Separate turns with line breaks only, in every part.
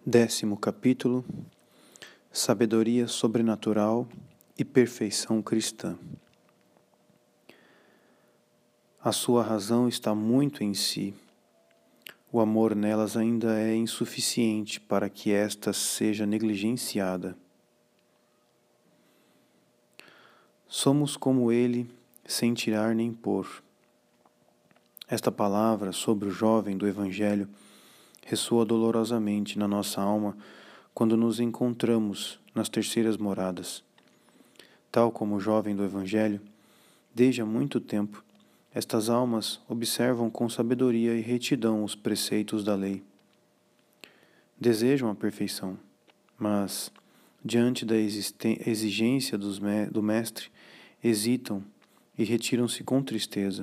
10º capítulo: Sabedoria sobrenatural e perfeição cristã. A sua razão está muito em si. O amor nelas ainda é insuficiente para que esta seja negligenciada. Somos como ele, sem tirar nem pôr. Esta palavra sobre o jovem do Evangelho ressoa dolorosamente na nossa alma quando nos encontramos nas terceiras moradas. Tal como o jovem do Evangelho, desde há muito tempo, estas almas observam com sabedoria e retidão os preceitos da lei. Desejam a perfeição, mas, diante da exigência do Mestre, hesitam e retiram-se com tristeza.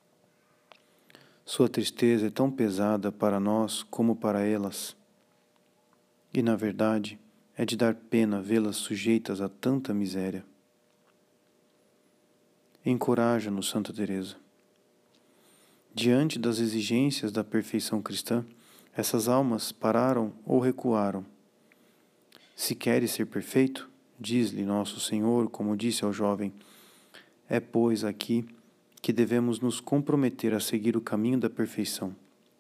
Sua tristeza é tão pesada para nós como para elas. E, na verdade, é de dar pena vê-las sujeitas a tanta miséria. Encoraja-nos, Santa Teresa. Diante das exigências da perfeição cristã, essas almas pararam ou recuaram. Se queres ser perfeito, diz-lhe nosso Senhor, como disse ao jovem, é, pois, aqui que devemos nos comprometer a seguir o caminho da perfeição.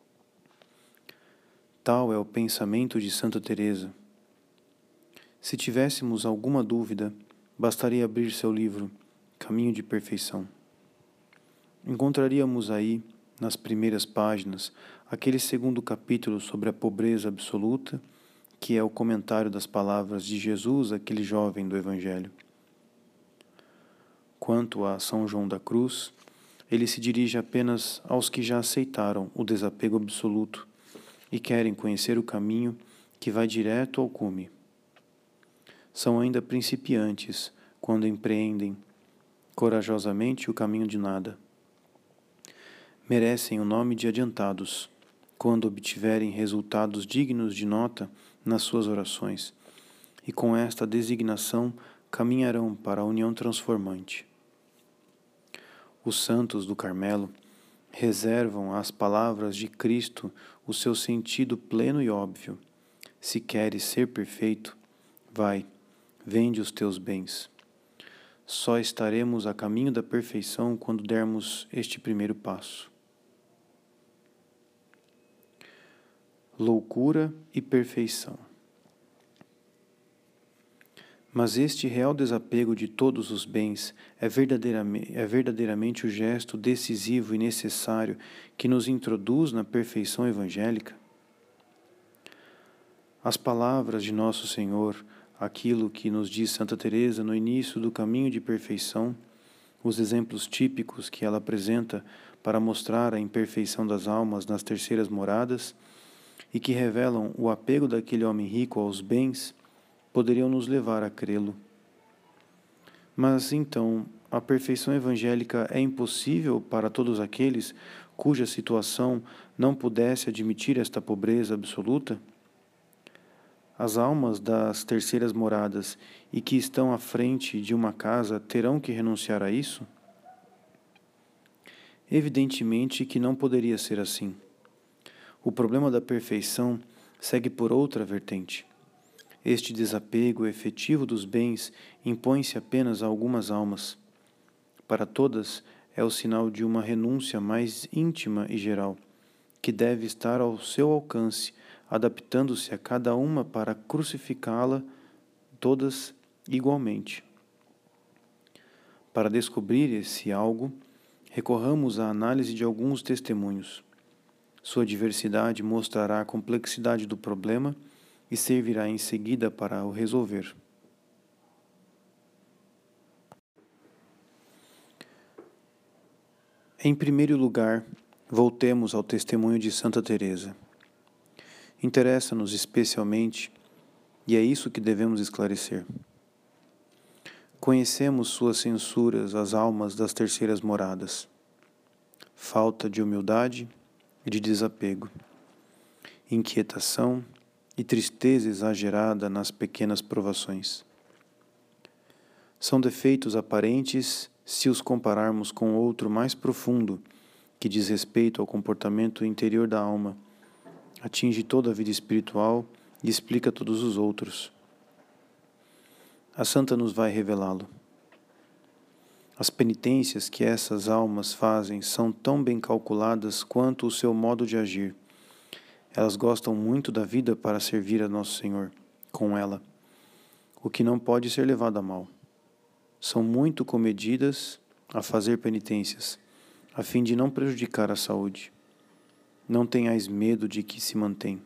Tal é o pensamento de Santa Teresa. Se tivéssemos alguma dúvida, bastaria abrir seu livro, Caminho de Perfeição. Encontraríamos aí, nas primeiras páginas, aquele segundo capítulo sobre a pobreza absoluta, que é o comentário das palavras de Jesus àquele jovem do Evangelho. Quanto a São João da Cruz, ele se dirige apenas aos que já aceitaram o desapego absoluto e querem conhecer o caminho que vai direto ao cume. São ainda principiantes quando empreendem corajosamente o caminho de nada. Merecem o nome de adiantados quando obtiverem resultados dignos de nota nas suas orações, e com esta designação caminharão para a união transformante. Os santos do Carmelo reservam às palavras de Cristo o seu sentido pleno e óbvio. Se queres ser perfeito, vai, vende os teus bens. Só estaremos a caminho da perfeição quando dermos este primeiro passo. Loucura e perfeição. Mas este real desapego de todos os bens é verdadeiramente o gesto decisivo e necessário que nos introduz na perfeição evangélica? As palavras de Nosso Senhor, aquilo que nos diz Santa Teresa no início do caminho de perfeição, os exemplos típicos que ela apresenta para mostrar a imperfeição das almas nas terceiras moradas e que revelam o apego daquele homem rico aos bens, poderiam nos levar a crê-lo. Mas, então, a perfeição evangélica é impossível para todos aqueles cuja situação não pudesse admitir esta pobreza absoluta? As almas das terceiras moradas e que estão à frente de uma casa terão que renunciar a isso? Evidentemente que não poderia ser assim. O problema da perfeição segue por outra vertente. Este desapego efetivo dos bens impõe-se apenas a algumas almas. Para todas, é o sinal de uma renúncia mais íntima e geral, que deve estar ao seu alcance, adaptando-se a cada uma para crucificá-la todas igualmente. Para descobrir esse algo, recorramos à análise de alguns testemunhos. Sua diversidade mostrará a complexidade do problema e servirá em seguida para o resolver. Em primeiro lugar, voltemos ao testemunho de Santa Teresa. Interessa-nos especialmente, e é isso que devemos esclarecer. Conhecemos suas censuras às almas das terceiras moradas. Falta de humildade e de desapego, inquietação e tristeza exagerada nas pequenas provações. São defeitos aparentes se os compararmos com outro mais profundo, que diz respeito ao comportamento interior da alma, atinge toda a vida espiritual e explica todos os outros. A santa nos vai revelá-lo. As penitências que essas almas fazem são tão bem calculadas quanto o seu modo de agir. Elas gostam muito da vida para servir a Nosso Senhor com ela, o que não pode ser levado a mal. São muito comedidas a fazer penitências, a fim de não prejudicar a saúde. Não tenhais medo de que se mantém.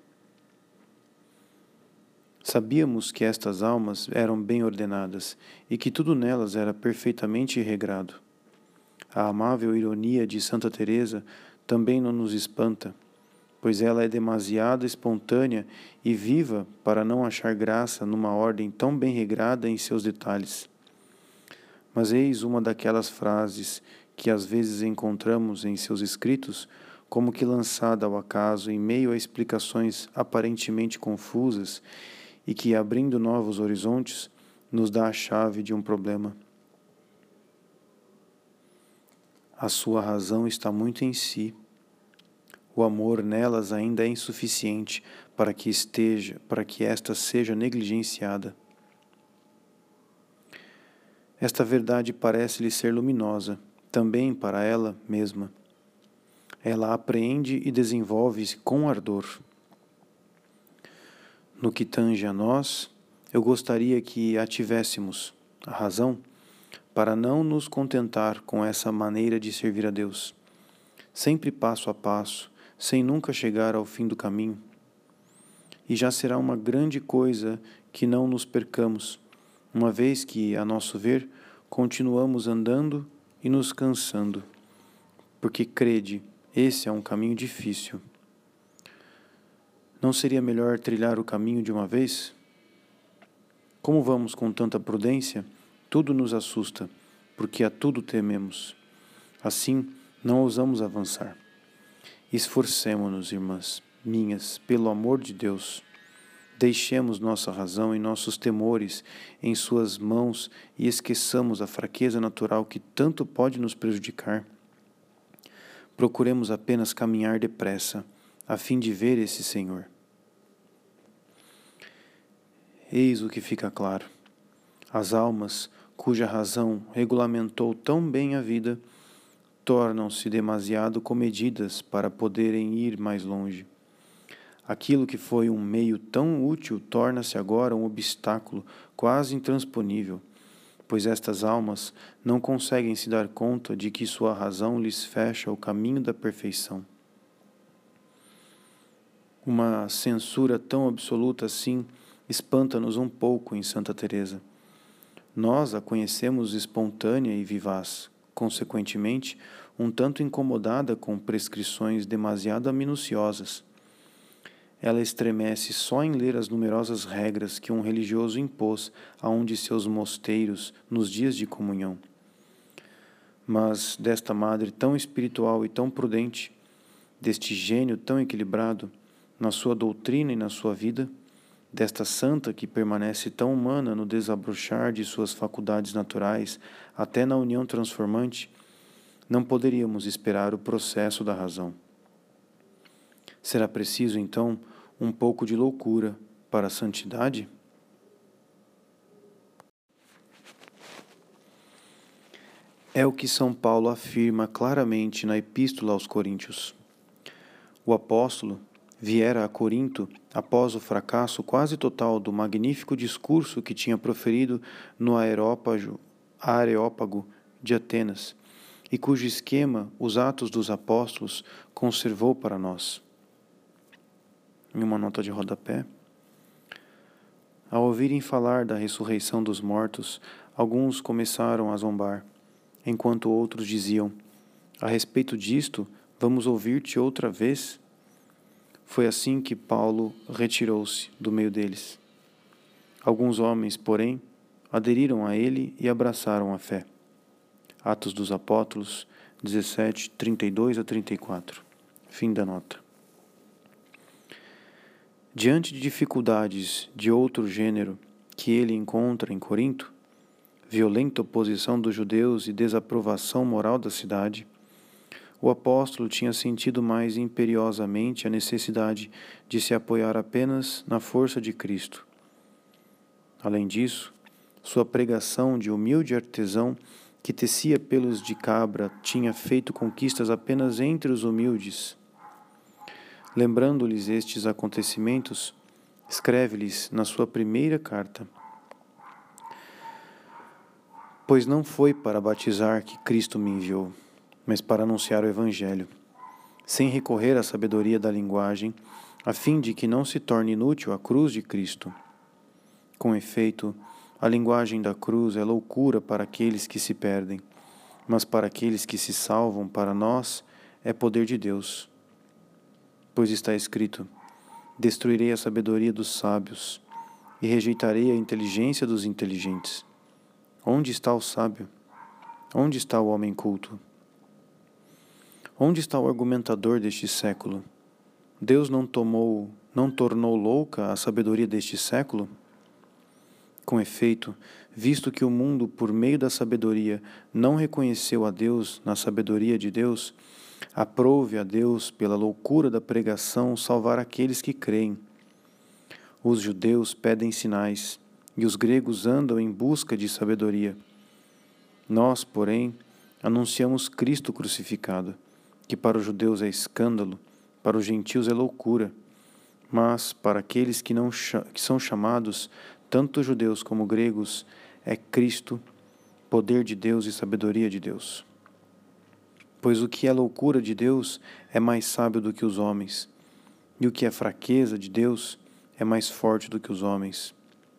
Sabíamos que estas almas eram bem ordenadas e que tudo nelas era perfeitamente regrado. A amável ironia de Santa Teresa também não nos espanta, pois ela é demasiado espontânea e viva para não achar graça numa ordem tão bem regrada em seus detalhes. Mas eis uma daquelas frases que às vezes encontramos em seus escritos, como que lançada ao acaso em meio a explicações aparentemente confusas, e que, abrindo novos horizontes, nos dá a chave de um problema. A sua razão está muito em si. O amor nelas ainda é insuficiente para que esta seja negligenciada. Esta verdade parece-lhe ser luminosa, também para ela mesma. Ela apreende e desenvolve-se com ardor. No que tange a nós, eu gostaria que a tivéssemos, a razão, para não nos contentar com essa maneira de servir a Deus, sempre passo a passo, sem nunca chegar ao fim do caminho. E já será uma grande coisa que não nos percamos, uma vez que, a nosso ver, continuamos andando e nos cansando, porque crede, esse é um caminho difícil. Não seria melhor trilhar o caminho de uma vez? Como vamos com tanta prudência, tudo nos assusta, porque a tudo tememos. Assim, não ousamos avançar. Esforcemo-nos, irmãs minhas, pelo amor de Deus. Deixemos nossa razão e nossos temores em suas mãos e esqueçamos a fraqueza natural que tanto pode nos prejudicar. Procuremos apenas caminhar depressa, a fim de ver esse Senhor. Eis o que fica claro. As almas, cuja razão regulamentou tão bem a vida, tornam-se demasiado comedidas para poderem ir mais longe. Aquilo que foi um meio tão útil torna-se agora um obstáculo quase intransponível, pois estas almas não conseguem se dar conta de que sua razão lhes fecha o caminho da perfeição. Uma censura tão absoluta assim espanta-nos um pouco em Santa Teresa. Nós a conhecemos espontânea e vivaz, consequentemente, um tanto incomodada com prescrições demasiado minuciosas. Ela estremece só em ler as numerosas regras que um religioso impôs a um de seus mosteiros nos dias de comunhão. Mas desta madre tão espiritual e tão prudente, deste gênio tão equilibrado, na sua doutrina e na sua vida, desta santa que permanece tão humana no desabrochar de suas faculdades naturais até na união transformante, não poderíamos esperar o processo da razão. Será preciso, então, um pouco de loucura para a santidade? É o que São Paulo afirma claramente na Epístola aos Coríntios. O apóstolo viera a Corinto após o fracasso quase total do magnífico discurso que tinha proferido no Areópago de Atenas, e cujo esquema os Atos dos Apóstolos conservou para nós. Em uma nota de rodapé, ao ouvirem falar da ressurreição dos mortos, alguns começaram a zombar, enquanto outros diziam: a respeito disto, vamos ouvir-te outra vez? Foi assim que Paulo retirou-se do meio deles. Alguns homens, porém, aderiram a ele e abraçaram a fé. Atos dos Apóstolos 17, 32 a 34. Fim da nota. Diante de dificuldades de outro gênero que ele encontra em Corinto, violenta oposição dos judeus e desaprovação moral da cidade, o apóstolo tinha sentido mais imperiosamente a necessidade de se apoiar apenas na força de Cristo. Além disso, sua pregação de humilde artesão que tecia pelos de cabra tinha feito conquistas apenas entre os humildes. Lembrando-lhes estes acontecimentos, escreve-lhes na sua primeira carta: Pois não foi para batizar que Cristo me enviou, mas para anunciar o Evangelho, sem recorrer à sabedoria da linguagem, a fim de que não se torne inútil a cruz de Cristo. Com efeito, a linguagem da cruz é loucura para aqueles que se perdem, mas para aqueles que se salvam, para nós, é poder de Deus. Pois está escrito: destruirei a sabedoria dos sábios e rejeitarei a inteligência dos inteligentes. Onde está o sábio? Onde está o homem culto? Onde está o argumentador deste século? Deus não tornou louca a sabedoria deste século? Com efeito, visto que o mundo, por meio da sabedoria, não reconheceu a Deus na sabedoria de Deus, aprove a Deus, pela loucura da pregação, salvar aqueles que creem. Os judeus pedem sinais, e os gregos andam em busca de sabedoria. Nós, porém, anunciamos Cristo crucificado, que para os judeus é escândalo, para os gentios é loucura, mas para aqueles que são chamados, tanto judeus como gregos, é Cristo, poder de Deus e sabedoria de Deus. Pois o que é loucura de Deus é mais sábio do que os homens, e o que é fraqueza de Deus é mais forte do que os homens.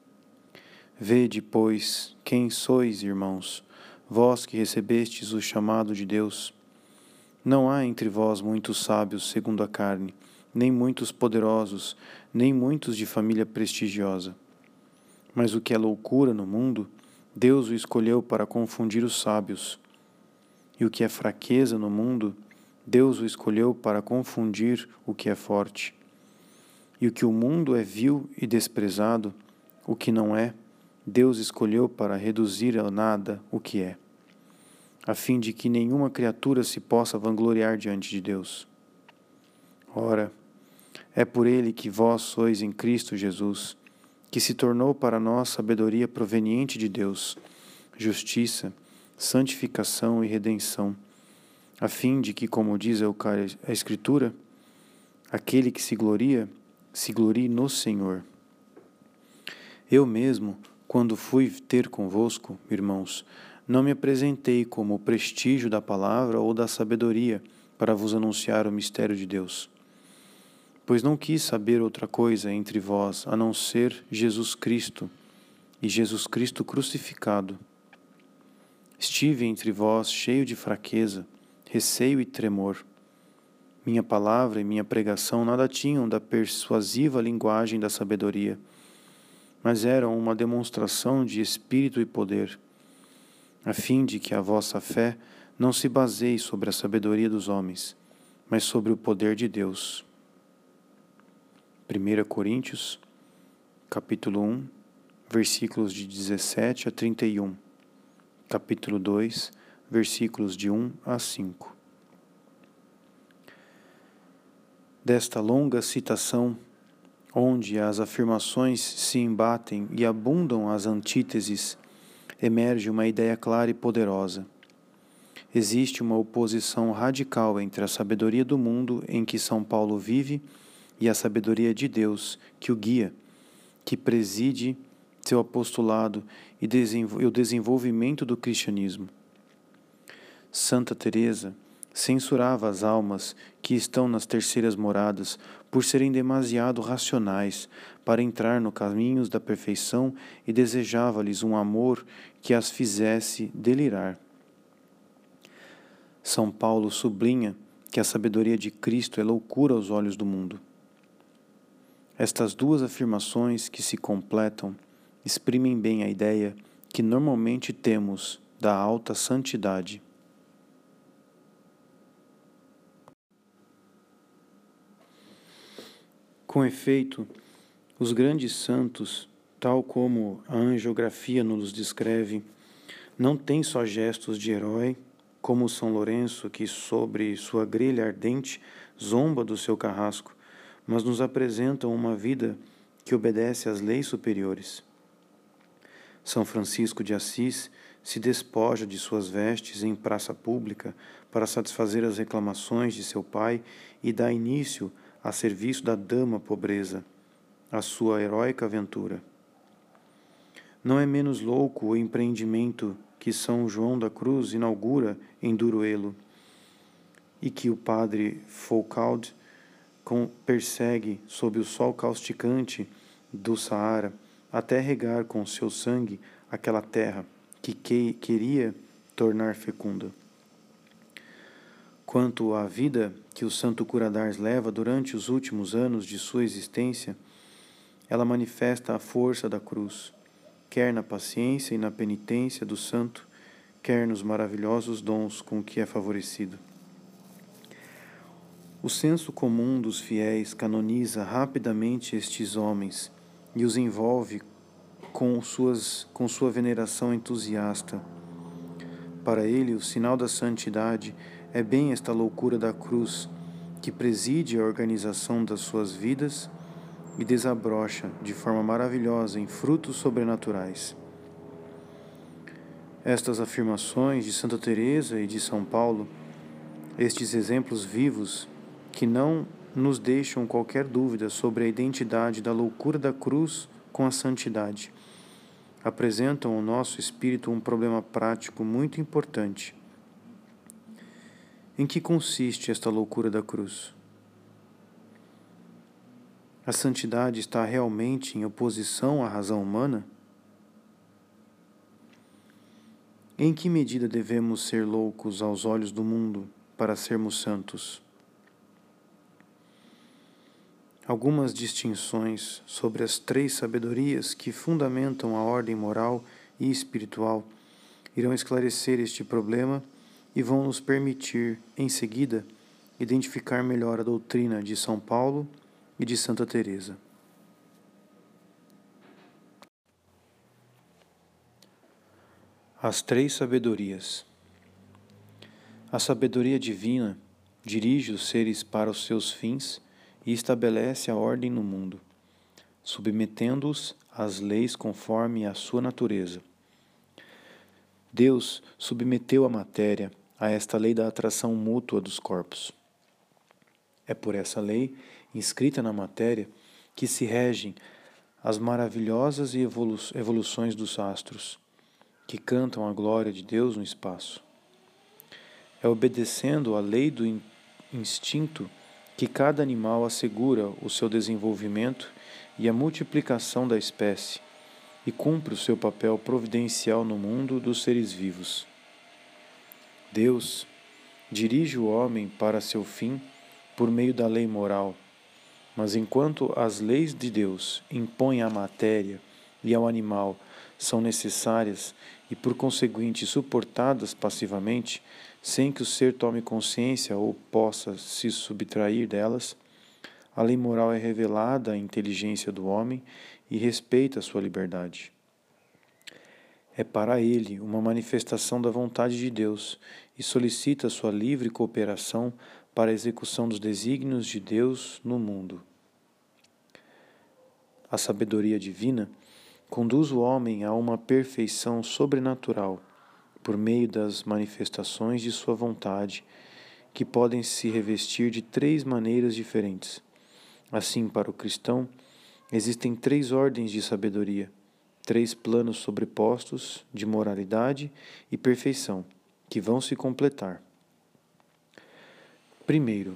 Vede, pois, quem sois, irmãos, vós que recebestes o chamado de Deus. Não há entre vós muitos sábios segundo a carne, nem muitos poderosos, nem muitos de família prestigiosa. Mas o que é loucura no mundo, Deus o escolheu para confundir os sábios. E o que é fraqueza no mundo, Deus o escolheu para confundir o que é forte. E o que o mundo é vil e desprezado, o que não é, Deus escolheu para reduzir a nada o que é, a fim de que nenhuma criatura se possa vangloriar diante de Deus. Ora, é por ele que vós sois em Cristo Jesus, que se tornou para nós sabedoria proveniente de Deus, justiça, santificação e redenção, a fim de que, como diz a Escritura, aquele que se glorie no Senhor. Eu mesmo, quando fui ter convosco, irmãos, não me apresentei como o prestígio da palavra ou da sabedoria para vos anunciar o mistério de Deus. Pois não quis saber outra coisa entre vós, a não ser Jesus Cristo, e Jesus Cristo crucificado. Estive entre vós cheio de fraqueza, receio e tremor. Minha palavra e minha pregação nada tinham da persuasiva linguagem da sabedoria, mas eram uma demonstração de espírito e poder, a fim de que a vossa fé não se baseie sobre a sabedoria dos homens, mas sobre o poder de Deus. 1 Coríntios, capítulo 1, versículos de 17 a 31, capítulo 2, versículos de 1 a 5. Desta longa citação, onde as afirmações se embatem e abundam as antíteses, emerge uma ideia clara e poderosa. Existe uma oposição radical entre a sabedoria do mundo em que São Paulo vive e a sabedoria de Deus que o guia, que preside seu apostolado e o desenvolvimento do cristianismo. Santa Teresa censurava as almas que estão nas terceiras moradas por serem demasiado racionais para entrar no caminhos da perfeição e desejava-lhes um amor que as fizesse delirar. São Paulo sublinha que a sabedoria de Cristo é loucura aos olhos do mundo. Estas duas afirmações que se completam exprimem bem a ideia que normalmente temos da alta santidade. Com efeito, os grandes santos, tal como a angiografia nos descreve, não têm só gestos de herói como São Lourenço, que sobre sua grelha ardente zomba do seu carrasco, mas nos apresentam uma vida que obedece às leis superiores. São Francisco de Assis se despoja de suas vestes em praça pública para satisfazer as reclamações de seu pai e dá início a serviço da dama pobreza, a sua heróica aventura. Não é menos louco o empreendimento que São João da Cruz inaugura em Duruelo e que o padre Foucault persegue sob o sol causticante do Saara até regar com seu sangue aquela terra que queria tornar fecunda. Quanto à vida que o santo Curadars leva durante os últimos anos de sua existência, ela manifesta a força da cruz, quer na paciência e na penitência do santo, quer nos maravilhosos dons com que é favorecido. O senso comum dos fiéis canoniza rapidamente estes homens e os envolve com sua veneração entusiasta. Para ele, o sinal da santidade é bem esta loucura da cruz, que preside a organização das suas vidas e desabrocha de forma maravilhosa em frutos sobrenaturais. Estas afirmações de Santa Teresa e de São Paulo, estes exemplos vivos que não nos deixam qualquer dúvida sobre a identidade da loucura da cruz com a santidade, apresentam ao nosso espírito um problema prático muito importante. Em que consiste esta loucura da cruz? A santidade está realmente em oposição à razão humana? Em que medida devemos ser loucos aos olhos do mundo para sermos santos? Algumas distinções sobre as três sabedorias que fundamentam a ordem moral e espiritual irão esclarecer este problema e vão nos permitir, em seguida, identificar melhor a doutrina de São Paulo e de Santa Teresa. As três sabedorias. A sabedoria divina dirige os seres para os seus fins e estabelece a ordem no mundo, submetendo-os às leis conforme a sua natureza. Deus submeteu a matéria a esta lei da atração mútua dos corpos. É por essa lei, inscrita na matéria, que se regem as maravilhosas evoluções dos astros, que cantam a glória de Deus no espaço. É obedecendo à lei do instinto que cada animal assegura o seu desenvolvimento e a multiplicação da espécie, e cumpre o seu papel providencial no mundo dos seres vivos. Deus dirige o homem para seu fim por meio da lei moral, mas enquanto as leis de Deus impõem à matéria e ao animal são necessárias e, por conseguinte, suportadas passivamente, sem que o ser tome consciência ou possa se subtrair delas, a lei moral é revelada à inteligência do homem e respeita a sua liberdade. É para ele uma manifestação da vontade de Deus e solicita sua livre cooperação para a execução dos desígnios de Deus no mundo. A sabedoria divina conduz o homem a uma perfeição sobrenatural por meio das manifestações de sua vontade, que podem se revestir de três maneiras diferentes. Assim, para o cristão, existem três ordens de sabedoria, três planos sobrepostos de moralidade e perfeição, que vão se completar. Primeiro,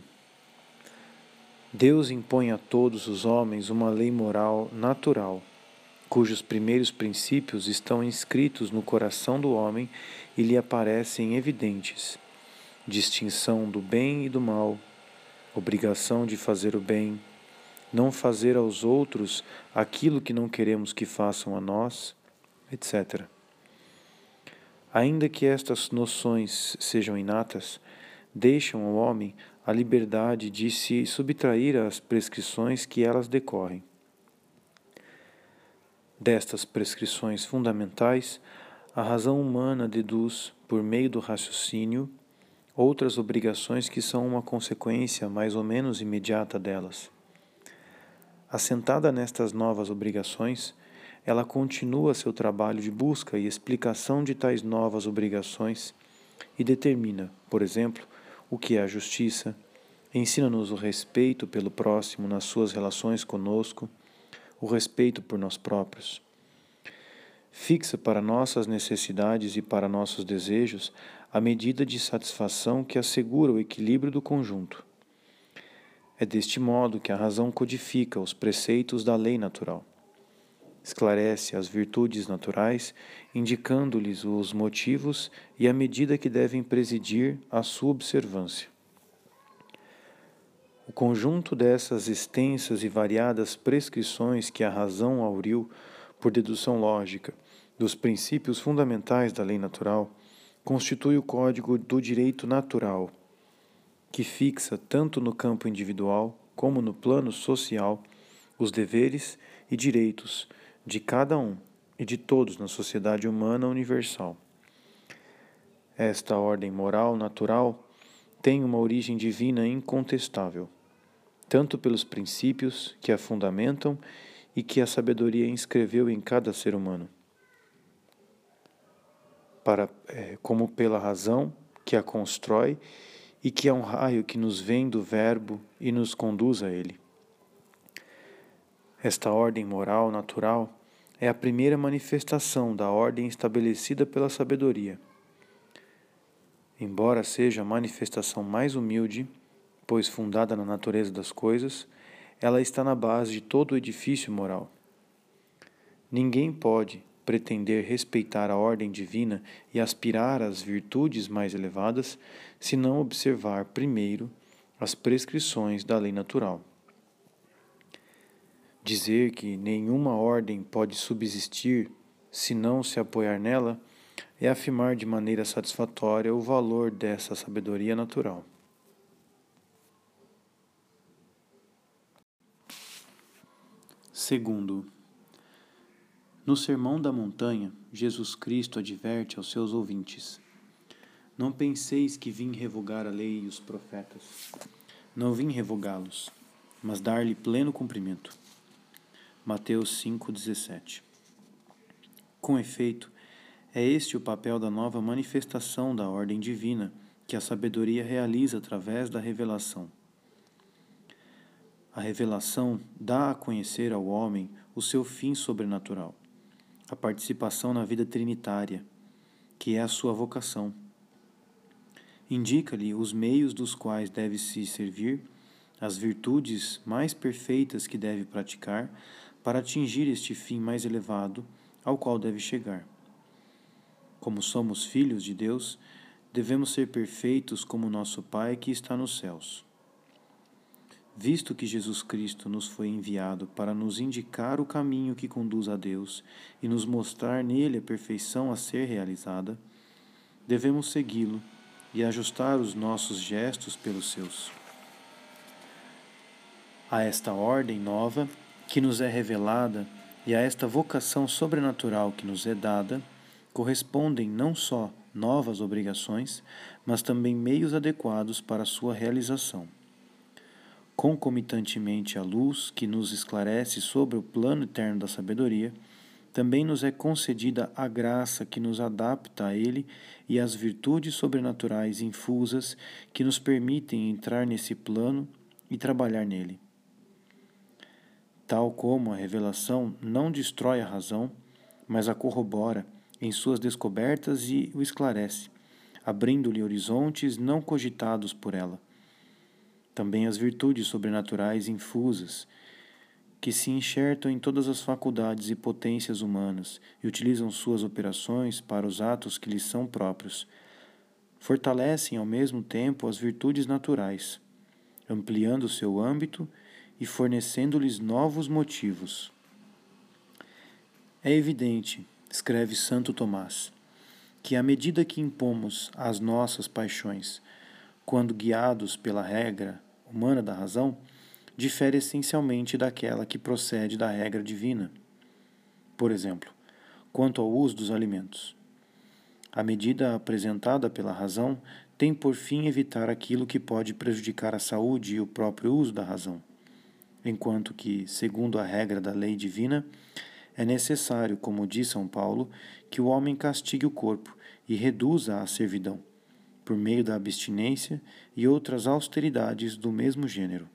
Deus impõe a todos os homens uma lei moral natural, cujos primeiros princípios estão inscritos no coração do homem e lhe aparecem evidentes: distinção do bem e do mal, obrigação de fazer o bem, não fazer aos outros aquilo que não queremos que façam a nós, etc. Ainda que estas noções sejam inatas, deixam ao homem a liberdade de se subtrair às prescrições que elas decorrem. Destas prescrições fundamentais, A razão humana deduz, por meio do raciocínio, outras obrigações que são uma consequência mais ou menos imediata delas. Assentada nestas novas obrigações, ela continua seu trabalho de busca e explicação de tais novas obrigações e determina, por exemplo, o que é a justiça, ensina-nos o respeito pelo próximo nas suas relações conosco, o respeito por nós próprios. Fixa para nossas necessidades e para nossos desejos a medida de satisfação que assegura o equilíbrio do conjunto. É deste modo que a razão codifica os preceitos da lei natural. Esclarece as virtudes naturais, indicando-lhes os motivos e a medida que devem presidir à sua observância. O conjunto dessas extensas e variadas prescrições que a razão auriu, por dedução lógica, dos princípios fundamentais da lei natural, constitui o código do direito natural, que fixa, tanto no campo individual como no plano social, os deveres e direitos de cada um e de todos na sociedade humana universal. Esta ordem moral natural tem uma origem divina incontestável, tanto pelos princípios que a fundamentam e que a sabedoria inscreveu em cada ser humano, como pela razão que a constrói e que é um raio que nos vem do Verbo e nos conduz a ele. Esta ordem moral natural é a primeira manifestação da ordem estabelecida pela sabedoria. Embora seja a manifestação mais humilde, pois fundada na natureza das coisas, ela está na base de todo o edifício moral. Ninguém pode pretender respeitar a ordem divina e aspirar às virtudes mais elevadas, se não observar primeiro as prescrições da lei natural. Dizer que nenhuma ordem pode subsistir se não se apoiar nela é afirmar de maneira satisfatória o valor dessa sabedoria natural. Segundo, no Sermão da Montanha, Jesus Cristo adverte aos seus ouvintes: não penseis que vim revogar a lei e os profetas. Não vim revogá-los, mas dar-lhe pleno cumprimento. Mateus 5,17. Com efeito, é este o papel da nova manifestação da ordem divina que a sabedoria realiza através da revelação. A revelação dá a conhecer ao homem o seu fim sobrenatural, a participação na vida trinitária, que é a sua vocação. Indica-lhe os meios dos quais deve se servir, as virtudes mais perfeitas que deve praticar para atingir este fim mais elevado ao qual deve chegar. Como somos filhos de Deus, devemos ser perfeitos como nosso Pai que está nos céus. Visto que Jesus Cristo nos foi enviado para nos indicar o caminho que conduz a Deus e nos mostrar nele a perfeição a ser realizada, devemos segui-lo e ajustar os nossos gestos pelos seus. A esta ordem nova que nos é revelada e a esta vocação sobrenatural que nos é dada, correspondem não só novas obrigações, mas também meios adequados para a sua realização. Concomitantemente à luz que nos esclarece sobre o plano eterno da sabedoria, também nos é concedida a graça que nos adapta a ele e as virtudes sobrenaturais infusas que nos permitem entrar nesse plano e trabalhar nele. Tal como a revelação não destrói a razão, mas a corrobora em suas descobertas e o esclarece, abrindo-lhe horizontes não cogitados por ela. Também as virtudes sobrenaturais infusas, que se enxertam em todas as faculdades e potências humanas e utilizam suas operações para os atos que lhes são próprios, fortalecem ao mesmo tempo as virtudes naturais, ampliando seu âmbito e fornecendo-lhes novos motivos. É evidente, escreve Santo Tomás, que à medida que impomos às nossas paixões, quando guiados pela regra humana da razão, difere essencialmente daquela que procede da regra divina. Por exemplo, quanto ao uso dos alimentos. A medida apresentada pela razão tem por fim evitar aquilo que pode prejudicar a saúde e o próprio uso da razão, enquanto que, segundo a regra da lei divina, é necessário, como diz São Paulo, que o homem castigue o corpo e reduza a servidão, por meio da abstinência e outras austeridades do mesmo gênero.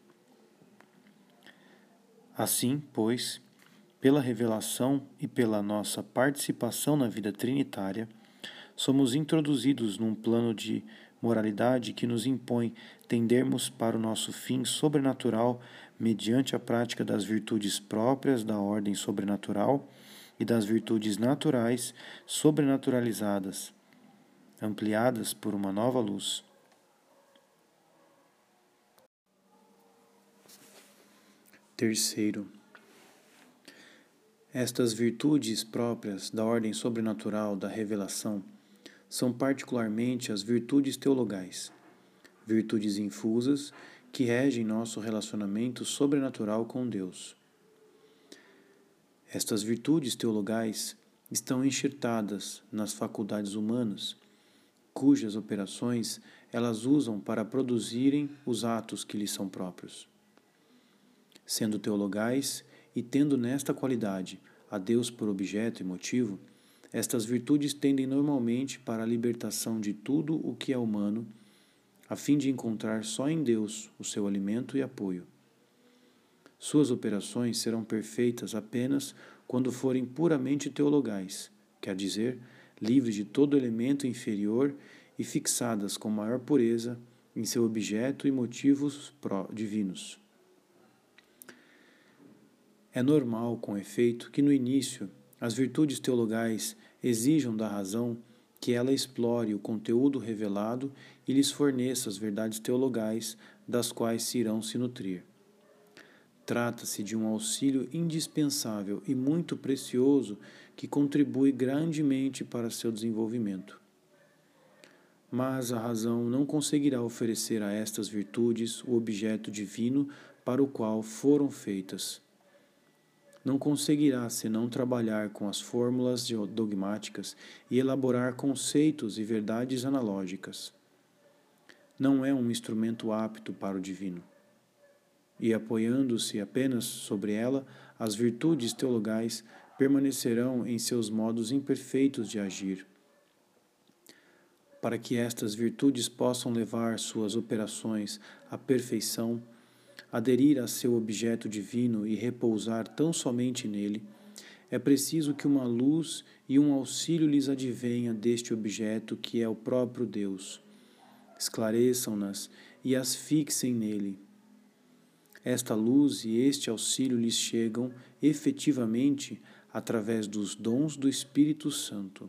Assim, pois, pela revelação e pela nossa participação na vida trinitária, somos introduzidos num plano de moralidade que nos impõe tendermos para o nosso fim sobrenatural mediante a prática das virtudes próprias da ordem sobrenatural e das virtudes naturais sobrenaturalizadas, ampliadas por uma nova luz. Terceiro, estas virtudes próprias da ordem sobrenatural da revelação são particularmente as virtudes teologais, virtudes infusas que regem nosso relacionamento sobrenatural com Deus. Estas virtudes teologais estão enxertadas nas faculdades humanas, cujas operações elas usam para produzirem os atos que lhes são próprios. Sendo teologais e tendo nesta qualidade a Deus por objeto e motivo, estas virtudes tendem normalmente para a libertação de tudo o que é humano, a fim de encontrar só em Deus o seu alimento e apoio. Suas operações serão perfeitas apenas quando forem puramente teologais, quer dizer, livres de todo elemento inferior e fixadas com maior pureza em seu objeto e motivos divinos. É normal, com efeito, que no início as virtudes teologais exijam da razão que ela explore o conteúdo revelado e lhes forneça as verdades teologais das quais se irão se nutrir. Trata-se de um auxílio indispensável e muito precioso que contribui grandemente para seu desenvolvimento. Mas a razão não conseguirá oferecer a estas virtudes o objeto divino para o qual foram feitas. Não conseguirá senão trabalhar com as fórmulas dogmáticas e elaborar conceitos e verdades analógicas. Não é um instrumento apto para o divino. E apoiando-se apenas sobre ela, as virtudes teologais permanecerão em seus modos imperfeitos de agir. Para que estas virtudes possam levar suas operações à perfeição, aderir a seu objeto divino e repousar tão somente nele, é preciso que uma luz e um auxílio lhes advenha deste objeto que é o próprio Deus. Esclareçam-nas e as fixem nele. Esta luz e este auxílio lhes chegam, efetivamente, através dos dons do Espírito Santo.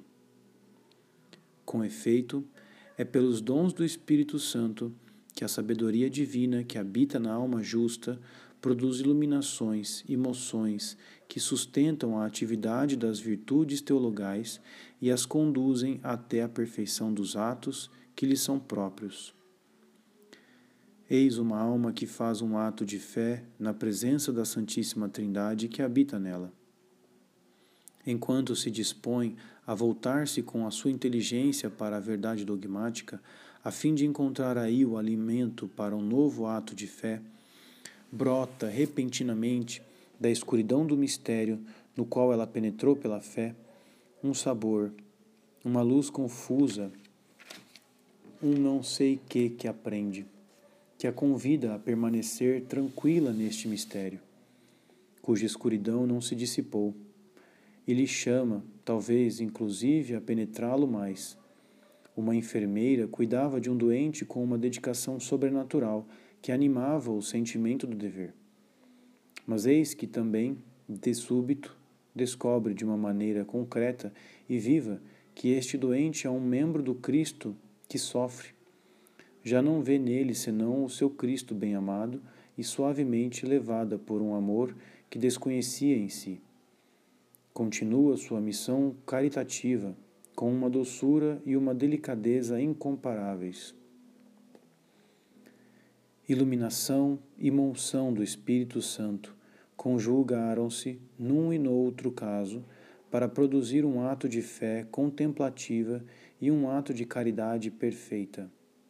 Com efeito, é pelos dons do Espírito Santo que a sabedoria divina que habita na alma justa produz iluminações e moções que sustentam a atividade das virtudes teologais e as conduzem até a perfeição dos atos que lhes são próprios. Eis uma alma que faz um ato de fé na presença da Santíssima Trindade que habita nela. Enquanto se dispõe a voltar-se com a sua inteligência para a verdade dogmática, a fim de encontrar aí o alimento para um novo ato de fé, brota repentinamente da escuridão do mistério no qual ela penetrou pela fé, um sabor, uma luz confusa, um não sei que aprende, que a convida a permanecer tranquila neste mistério, cuja escuridão não se dissipou, e lhe chama, talvez inclusive, a penetrá-lo mais. Uma enfermeira cuidava de um doente com uma dedicação sobrenatural que animava o sentimento do dever. Mas eis que também, de súbito, descobre de uma maneira concreta e viva que este doente é um membro do Cristo que sofre. Já não vê nele senão o seu Cristo bem-amado e suavemente levada por um amor que desconhecia em si. Continua sua missão caritativa com uma doçura e uma delicadeza incomparáveis. Iluminação e monção do Espírito Santo conjugaram-se num e noutro caso para produzir um ato de fé contemplativa e um ato de caridade perfeita.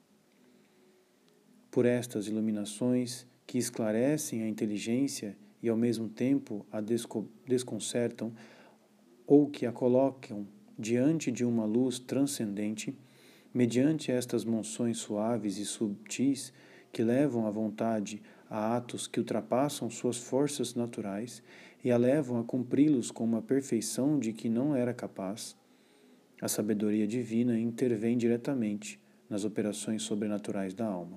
Por estas iluminações que esclarecem a inteligência e ao mesmo tempo a desconcertam, ou que a colocam diante de uma luz transcendente, mediante estas monções suaves e subtis que levam a vontade a atos que ultrapassam suas forças naturais e a levam a cumpri-los com uma perfeição de que não era capaz, a sabedoria divina intervém diretamente nas operações sobrenaturais da alma.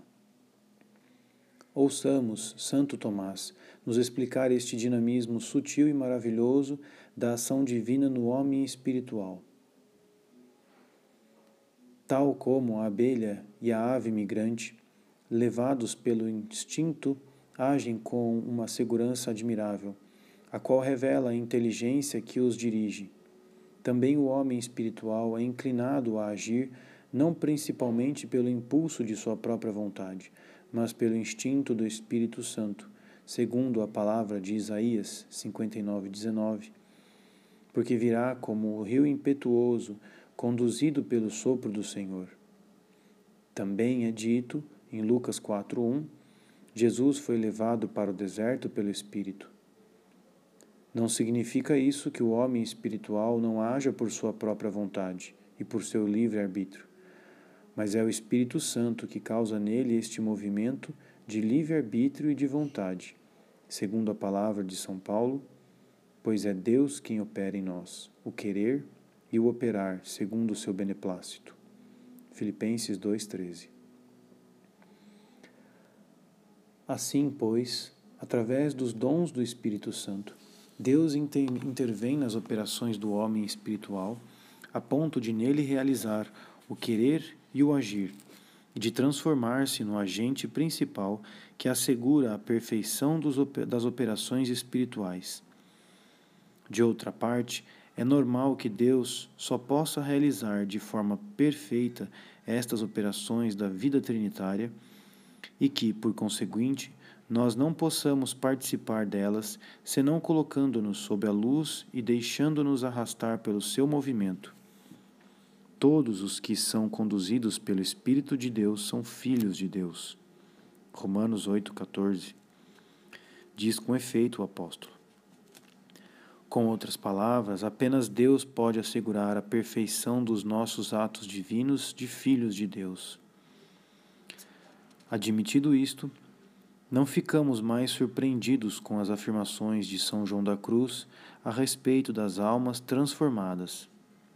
Ouçamos Santo Tomás nos explicar este dinamismo sutil e maravilhoso da ação divina no homem espiritual. Tal como a abelha e a ave migrante, levados pelo instinto, agem com uma segurança admirável, a qual revela a inteligência que os dirige. Também o homem espiritual é inclinado a agir não principalmente pelo impulso de sua própria vontade, mas pelo instinto do Espírito Santo, segundo a palavra de Isaías 59:19, porque virá como o rio impetuoso, conduzido pelo sopro do Senhor. Também é dito, em Lucas 4:1, Jesus foi levado para o deserto pelo Espírito. Não significa isso que o homem espiritual não haja por sua própria vontade e por seu livre-arbítrio, mas é o Espírito Santo que causa nele este movimento de livre-arbítrio e de vontade, segundo a palavra de São Paulo, pois é Deus quem opera em nós, o querer e o operar segundo o seu beneplácito. Filipenses 2:13. Assim, pois, através dos dons do Espírito Santo, Deus intervém nas operações do homem espiritual, a ponto de nele realizar o querer e o agir, e de transformar-se no agente principal que assegura a perfeição das operações espirituais. De outra parte, é normal que Deus só possa realizar de forma perfeita estas operações da vida trinitária e que, por conseguinte, nós não possamos participar delas senão colocando-nos sob a luz e deixando-nos arrastar pelo seu movimento. Todos os que são conduzidos pelo Espírito de Deus são filhos de Deus. Romanos 8,14. Diz com efeito o apóstolo. Com outras palavras, apenas Deus pode assegurar a perfeição dos nossos atos divinos de filhos de Deus. Admitido isto, não ficamos mais surpreendidos com as afirmações de São João da Cruz a respeito das almas transformadas.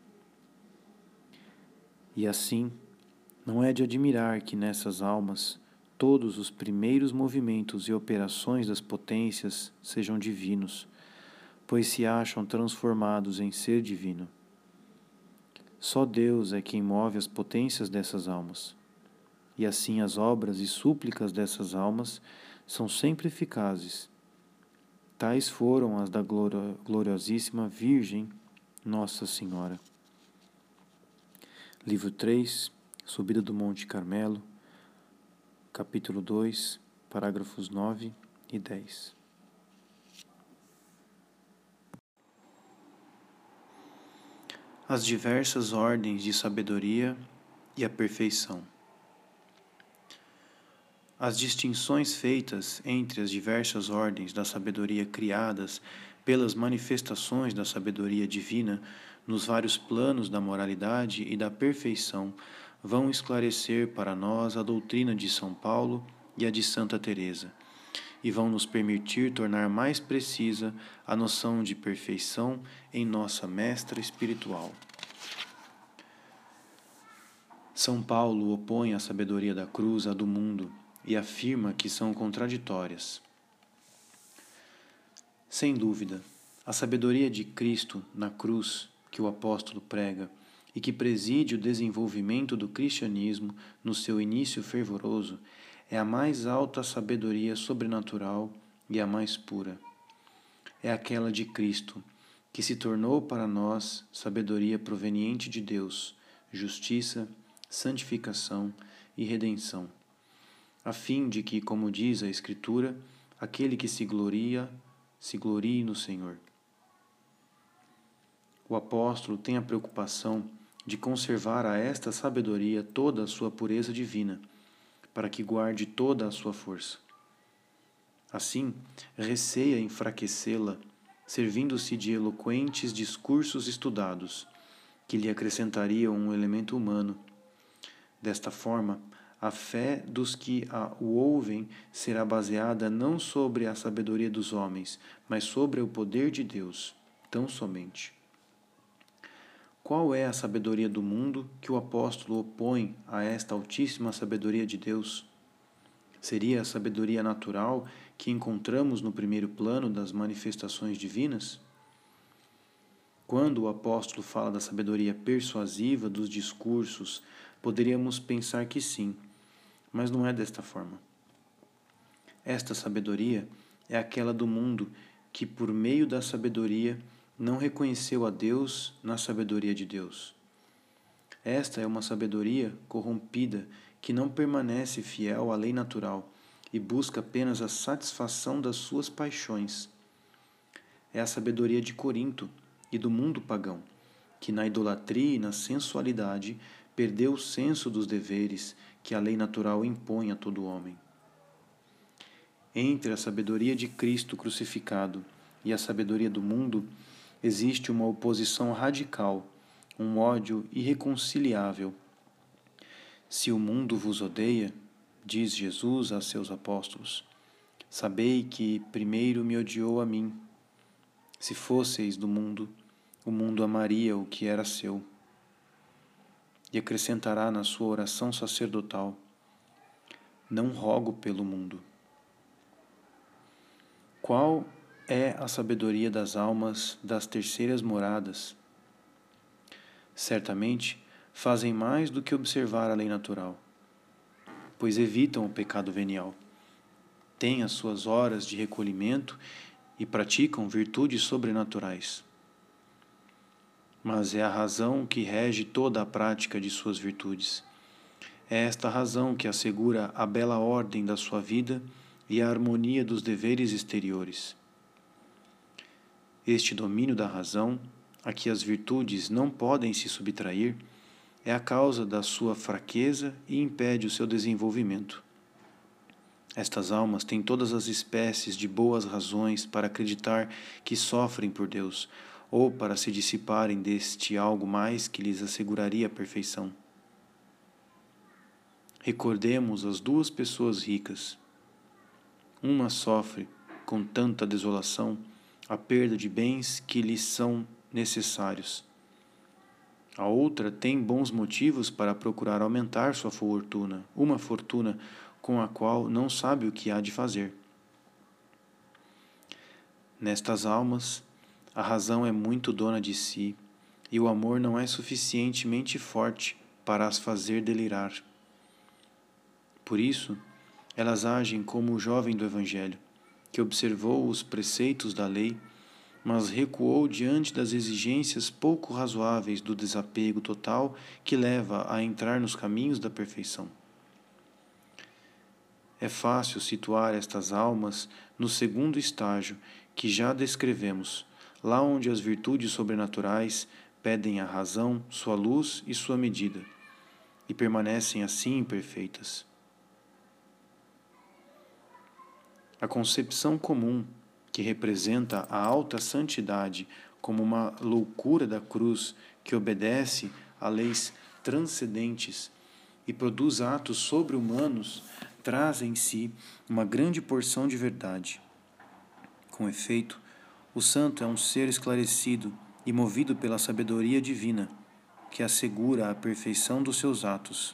E assim, não é de admirar que nessas almas todos os primeiros movimentos e operações das potências sejam divinos, pois se acham transformados em ser divino. Só Deus é quem move as potências dessas almas, e assim as obras e súplicas dessas almas são sempre eficazes. Tais foram as da gloriosíssima Virgem Nossa Senhora. Livro 3, Subida do Monte Carmelo, capítulo 2, parágrafos 9 e 10. As diversas ordens de sabedoria e a perfeição. As distinções feitas entre as diversas ordens da sabedoria criadas pelas manifestações da sabedoria divina nos vários planos da moralidade e da perfeição vão esclarecer para nós a doutrina de São Paulo e a de Santa Teresa, e vão nos permitir tornar mais precisa a noção de perfeição em nossa mestra espiritual. São Paulo opõe a sabedoria da cruz à do mundo e afirma que são contraditórias. Sem dúvida, a sabedoria de Cristo na cruz, que o apóstolo prega, e que preside o desenvolvimento do cristianismo no seu início fervoroso, é a mais alta sabedoria sobrenatural e a mais pura. É aquela de Cristo, que se tornou para nós sabedoria proveniente de Deus, justiça, santificação e redenção, a fim de que, como diz a Escritura, aquele que se glorie no Senhor. O apóstolo tem a preocupação de conservar a esta sabedoria toda a sua pureza divina, para que guarde toda a sua força. Assim, receia enfraquecê-la, servindo-se de eloquentes discursos estudados, que lhe acrescentariam um elemento humano. Desta forma, a fé dos que o ouvem será baseada não sobre a sabedoria dos homens, mas sobre o poder de Deus, tão somente. Qual é a sabedoria do mundo que o apóstolo opõe a esta altíssima sabedoria de Deus? Seria a sabedoria natural que encontramos no primeiro plano das manifestações divinas? Quando o apóstolo fala da sabedoria persuasiva dos discursos, poderíamos pensar que sim, mas não é desta forma. Esta sabedoria é aquela do mundo que, por meio da sabedoria, não reconheceu a Deus na sabedoria de Deus. Esta é uma sabedoria corrompida que não permanece fiel à lei natural e busca apenas a satisfação das suas paixões. É a sabedoria de Corinto e do mundo pagão, que na idolatria e na sensualidade perdeu o senso dos deveres que a lei natural impõe a todo homem. Entre a sabedoria de Cristo crucificado e a sabedoria do mundo existe uma oposição radical, um ódio irreconciliável. Se o mundo vos odeia, diz Jesus a seus apóstolos, sabei que primeiro me odiou a mim. Se fosseis do mundo, o mundo amaria o que era seu. E acrescentará na sua oração sacerdotal, não rogo pelo mundo. Qual é a sabedoria das almas das terceiras moradas? Certamente fazem mais do que observar a lei natural, pois evitam o pecado venial, têm as suas horas de recolhimento e praticam virtudes sobrenaturais. Mas é a razão que rege toda a prática de suas virtudes. É esta razão que assegura a bela ordem da sua vida e a harmonia dos deveres exteriores. Este domínio da razão, a que as virtudes não podem se subtrair, é a causa da sua fraqueza e impede o seu desenvolvimento. Estas almas têm todas as espécies de boas razões para acreditar que sofrem por Deus, ou para se dissiparem deste algo mais que lhes asseguraria a perfeição. Recordemos as duas pessoas ricas. Uma sofre, com tanta desolação, a perda de bens que lhes são necessários. A outra tem bons motivos para procurar aumentar sua fortuna, uma fortuna com a qual não sabe o que há de fazer. Nestas almas, a razão é muito dona de si e o amor não é suficientemente forte para as fazer delirar. Por isso, elas agem como o jovem do Evangelho, que observou os preceitos da lei, mas recuou diante das exigências pouco razoáveis do desapego total que leva a entrar nos caminhos da perfeição. É fácil situar estas almas no segundo estágio que já descrevemos, lá onde as virtudes sobrenaturais pedem à razão sua luz e sua medida, e permanecem assim imperfeitas. A concepção comum, que representa a alta santidade como uma loucura da cruz que obedece a leis transcendentes e produz atos sobre-humanos, traz em si uma grande porção de verdade. Com efeito, o santo é um ser esclarecido e movido pela sabedoria divina, que assegura a perfeição dos seus atos.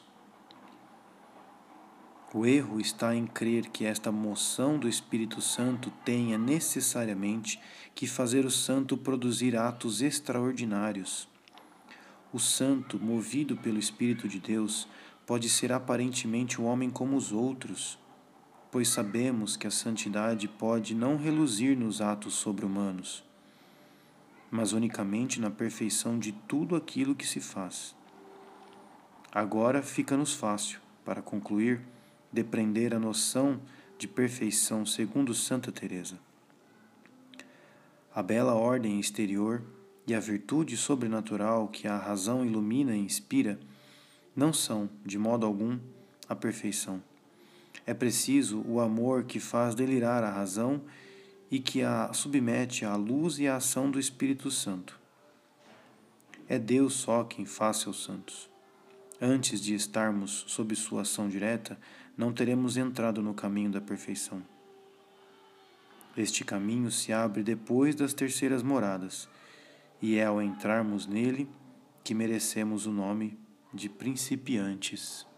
O erro está em crer que esta moção do Espírito Santo tenha necessariamente que fazer o santo produzir atos extraordinários. O santo, movido pelo Espírito de Deus, pode ser aparentemente um homem como os outros, pois sabemos que a santidade pode não reluzir nos atos sobre-humanos, mas unicamente na perfeição de tudo aquilo que se faz. Agora fica-nos fácil, para concluir, depreender a noção de perfeição segundo Santa Teresa. A bela ordem exterior e a virtude sobrenatural que a razão ilumina e inspira não são, de modo algum, a perfeição. É preciso o amor que faz delirar a razão e que a submete à luz e à ação do Espírito Santo. É Deus só quem faz seus santos. Antes de estarmos sob sua ação direta, não teremos entrado no caminho da perfeição. Este caminho se abre depois das terceiras moradas, e é ao entrarmos nele que merecemos o nome de principiantes.